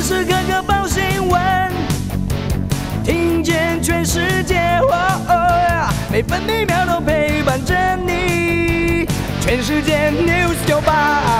时刻刻报新闻，听见全世界，每分每秒都陪伴着你。全世界 News 98。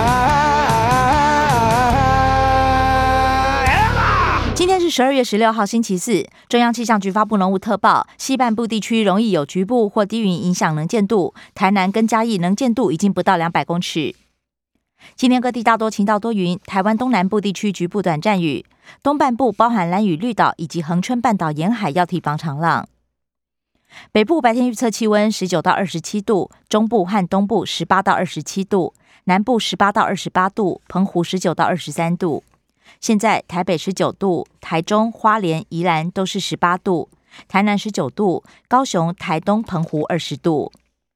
今天是12月16号，星期四。中央气象局发布浓雾特报，西半部地区容易有局部或低云影响能见度，台南跟嘉义能见度已经不到200公尺。今天各地大多晴到多云，台湾东南部地区局部短暂雨，东半部包含兰屿绿岛以及恒春半岛沿海要提防长浪。北部白天预测气温19到27度，中部和东部18到27度，南部18到28度，澎湖19到23度。现在台北19度，台中、花莲、宜兰都是18度，台南19度，高雄、台东、澎湖20度。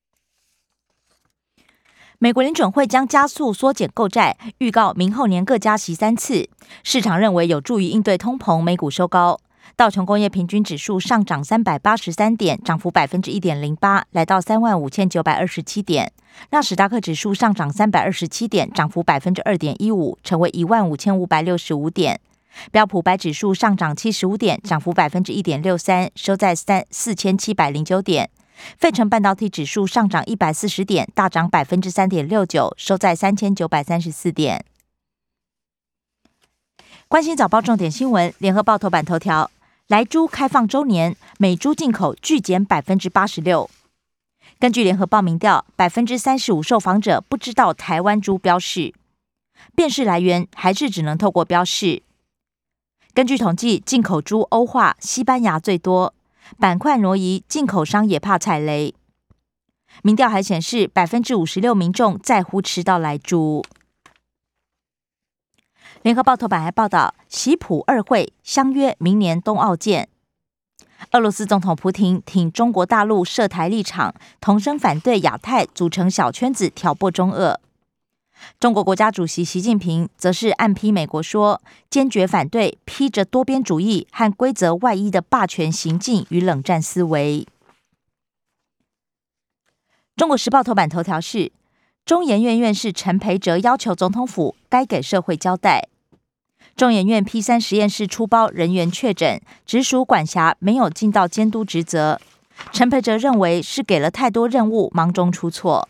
美国联准会将加速缩减购债，预告明后年各加息3次，市场认为有助于应对通膨，美股收高。道琼工业平均指数上涨383点，涨幅 1.08%， 来到35,927点。纳史达克指数上涨327点，涨幅 2.15%， 成为15,565点。标普500指数上涨75点，涨幅 1.63%， 收在4,709点。费城半导体指数上涨140点，大涨 3.69%， 收在3,934点。关心早报重点新闻，联合报头版头条：莱猪开放周年，美猪进口巨减 86%。根据联合报民调，35%受访者不知道台湾猪标示，辨识来源还是只能透过标示。根据统计，进口猪欧化，西班牙最多，板块挪移，进口商也怕踩雷。民调还显示，56%民众在乎吃到莱猪。联合报头版还报道，习普二会相约明年冬奥见。俄罗斯总统普亭挺中国大陆涉台立场，同声反对亚太组成小圈子挑拨中俄。中国国家主席习近平则是暗批美国说，坚决反对披着多边主义和规则外衣的霸权行径与冷战思维。中国时报头版头条是，中研院院士陈培哲要求总统府该给社会交代。中研院 P3 实验室出包人员确诊，直属管辖没有尽到监督职责。陈培哲认为是给了太多任务，忙中出错。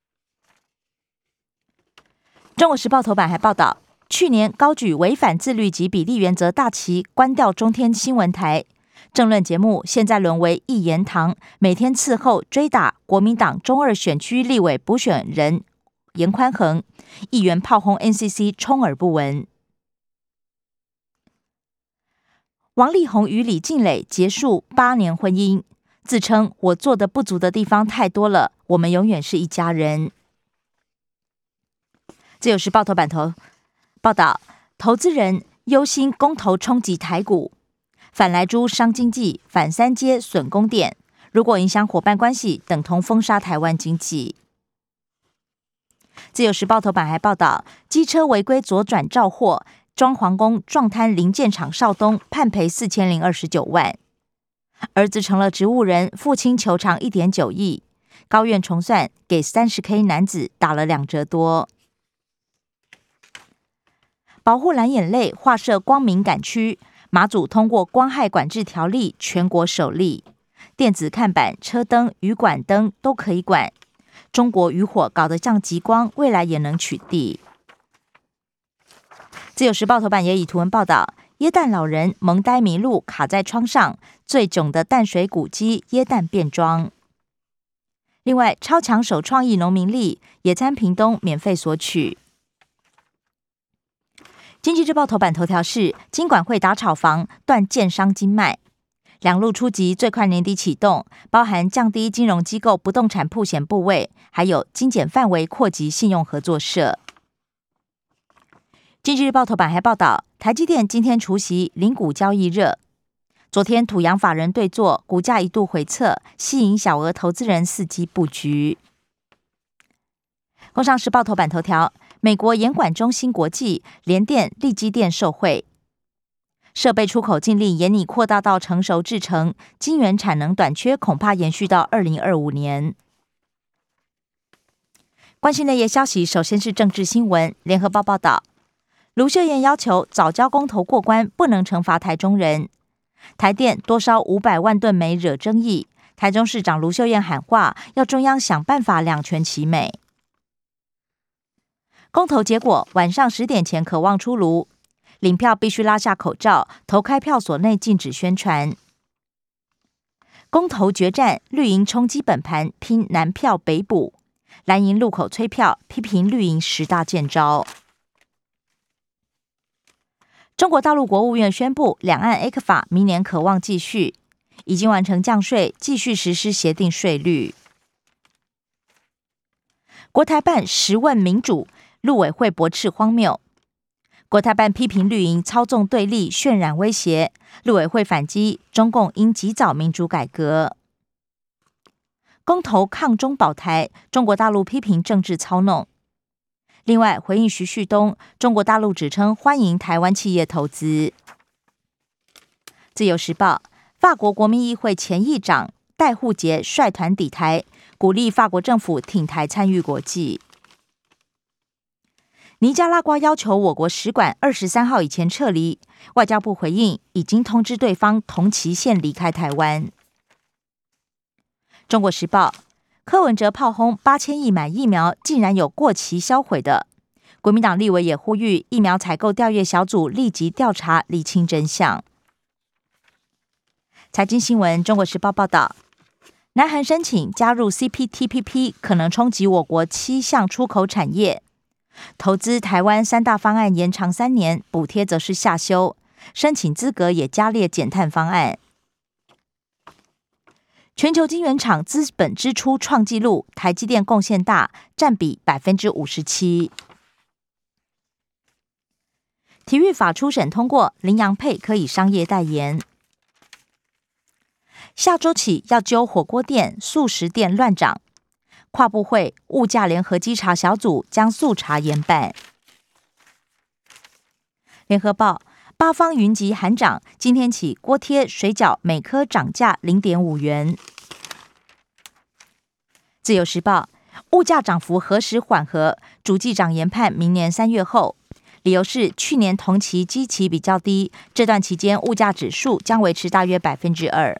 中国时报头版还报道，去年高举违反自律及比例原则大旗，关掉中天新闻台。政论节目现在沦为一言堂，每天伺候追打国民党中二选区立委补选人严宽恒，议员炮轰 NCC 充耳不闻。王力宏与李静蕾结束8年婚姻，自称我做的不足的地方太多了，我们永远是一家人。自由时报头版头报道，投资人忧心公投冲击台股，反莱猪伤经济，反三接损供电，如果影响伙伴关系，等同封杀台湾经济。自由时报头版还报道，机车违规左转肇祸，装潢工撞瘫零件厂少东，判赔4029万。儿子成了植物人，父亲求偿1.9亿，高院重算给30K 男子打了2折多。保护蓝眼泪划设光敏感区，马祖通过光害管制条例，全国首例，电子看板、车灯、雨管灯都可以管。中国渔火搞得像极光，未来也能取缔。自由时报头版也以图文报道，耶诞老人萌呆迷路卡在窗上，最囧的淡水古迹耶诞变装。另外，超抢手创意农民力，野餐屏东免费索取。经济日报头版头条是，金管会打炒房断建商经脉，两路出击，最快年底启动，包含降低金融机构不动产曝险部位，还有精简范围扩及信用合作社。经济日报头版还报道，台积电今天除息，零股交易热。昨天土洋法人对作，股价一度回测，吸引小额投资人伺机布局。工商时报头版头条，美国严管中芯国际、联电、力积电受惠，设备出口禁令严拟扩大到成熟制程，晶圆产能短缺恐怕延续到2025年。关心内页消息，首先是政治新闻。联合报报道， 卢秀燕要求早教公投过关，不能惩罚台中人。台电多烧500万吨煤惹争议，台中市长卢秀燕喊话，要中央想办法两全其美。公投结果晚上10点前可望出炉，领票必须拉下口罩，投开票所内禁止宣传。公投决战，绿营冲基本盘，拼南票北补，蓝营路口催票，批评绿营10大见招。中国大陆国务院宣布，两岸 ECFA 明年可望继续，已经完成降税，继续实施协定税率。国台办10问民主，陆委会驳斥荒谬。国台办批评绿营操纵对立，渲染威胁，陆委会反击，中共应及早民主改革。公投抗中保台，中国大陆批评政治操弄。另外，回应徐旭东，中国大陆指称欢迎台湾企业投资。自由时报，法国国民议会前议长戴户杰率团抵台，鼓励法国政府挺台参与国际。尼加拉瓜要求我国使馆23号以前撤离，外交部回应已经通知对方同期限离开台湾。中国时报，柯文哲炮轰8000亿买疫苗，竟然有过期销毁的。国民党立委也呼吁疫苗采购调阅小组立即调查，厘清真相。财经新闻，中国时报报道，南韩申请加入 CPTPP 可能冲击我国7项出口产业。投资台湾3大方案延长3年，补贴则是下修，申请资格也加列减碳方案。全球晶圆厂资本支出创纪录，台积电贡献大，占比57%。体育法初审通过，麟洋配可以商业代言。下周起要揪火锅店、素食店乱涨，跨部会物价联合稽查小组将速查严办。联合报，8方云集喊涨，今天起锅贴、水饺每颗涨价0.5元。自由时报，物价涨幅何时缓和？主计长研判明年3月后，理由是去年同期基期比较低，这段期间物价指数将维持大约2%。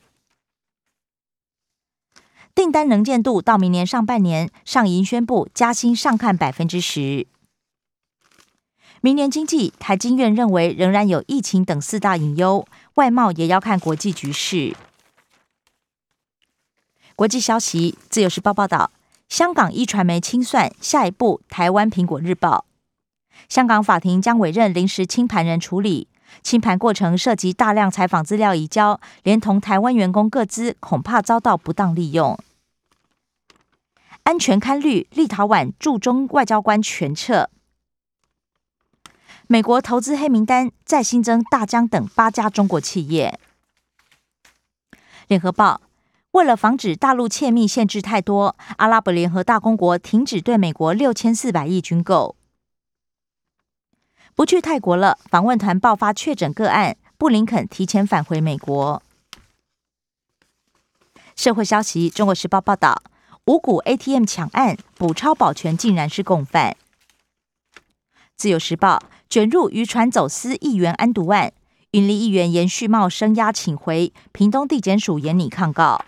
订单能见度到明年上半年，上银宣布加薪上看10%。明年经济，台经院认为仍然有疫情等4大隐忧，外贸也要看国际局势。国际消息，自由时报报道，香港一传媒清算，下一步台湾苹果日报。香港法庭将委任临时清盘人处理，清盘过程涉及大量采访资料移交，连同台湾员工个资，恐怕遭到不当利用。安全堪虑，立陶宛驻中外交官全撤。美国投资黑名单再新增大疆等8家中国企业。联合报，为了防止大陆窃密限制太多，阿拉伯联合大公国停止对美国6400亿军购。不去泰国了，访问团爆发确诊个案，布林肯提前返回美国。社会消息，中国时报报道，五股 ATM 抢案，补超保全竟然是共犯。自由时报，卷入渔船走私议员安毒案，云林议员严旭茂声押请回，屏东地检署严拟抗告。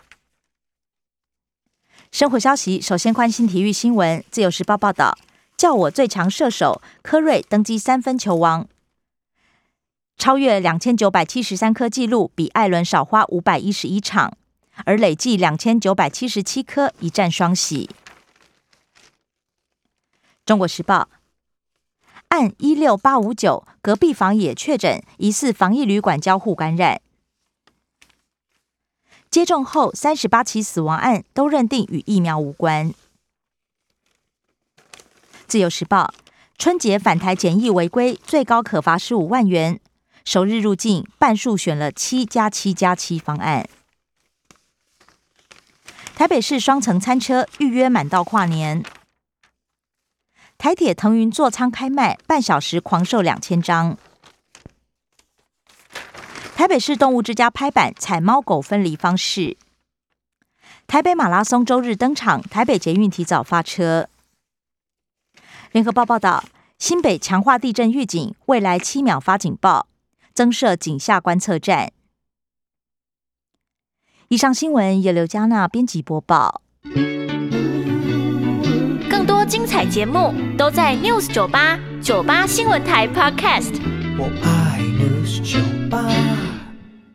生活消息，首先关心体育新闻。自由时报报道，叫我最强射手柯瑞登基3分球王，超越2973颗纪录，比艾伦少花511场，而累计2977颗，一战双喜。中国时报，案16859，隔壁房也确诊，疑似防疫旅馆交互感染。接种后38起死亡案都认定与疫苗无关。自由时报，春节返台检疫违规，最高可罚15万元。首日入境，半数选了7+7+7方案。台北市双层餐车预约满到跨年。台铁腾云座舱开卖，半小时狂售2000张。台北市动物之家拍板采猫狗分离方式。台北马拉松周日登场，台北捷运提早发车。联合报报道， 新北强化地震预警，未来7秒发警报，增设警下观测站。以上新闻由刘嘉娜编辑播报。 更多精彩节目都在 News 98 98新闻台 Podcast。 我爱 News 98。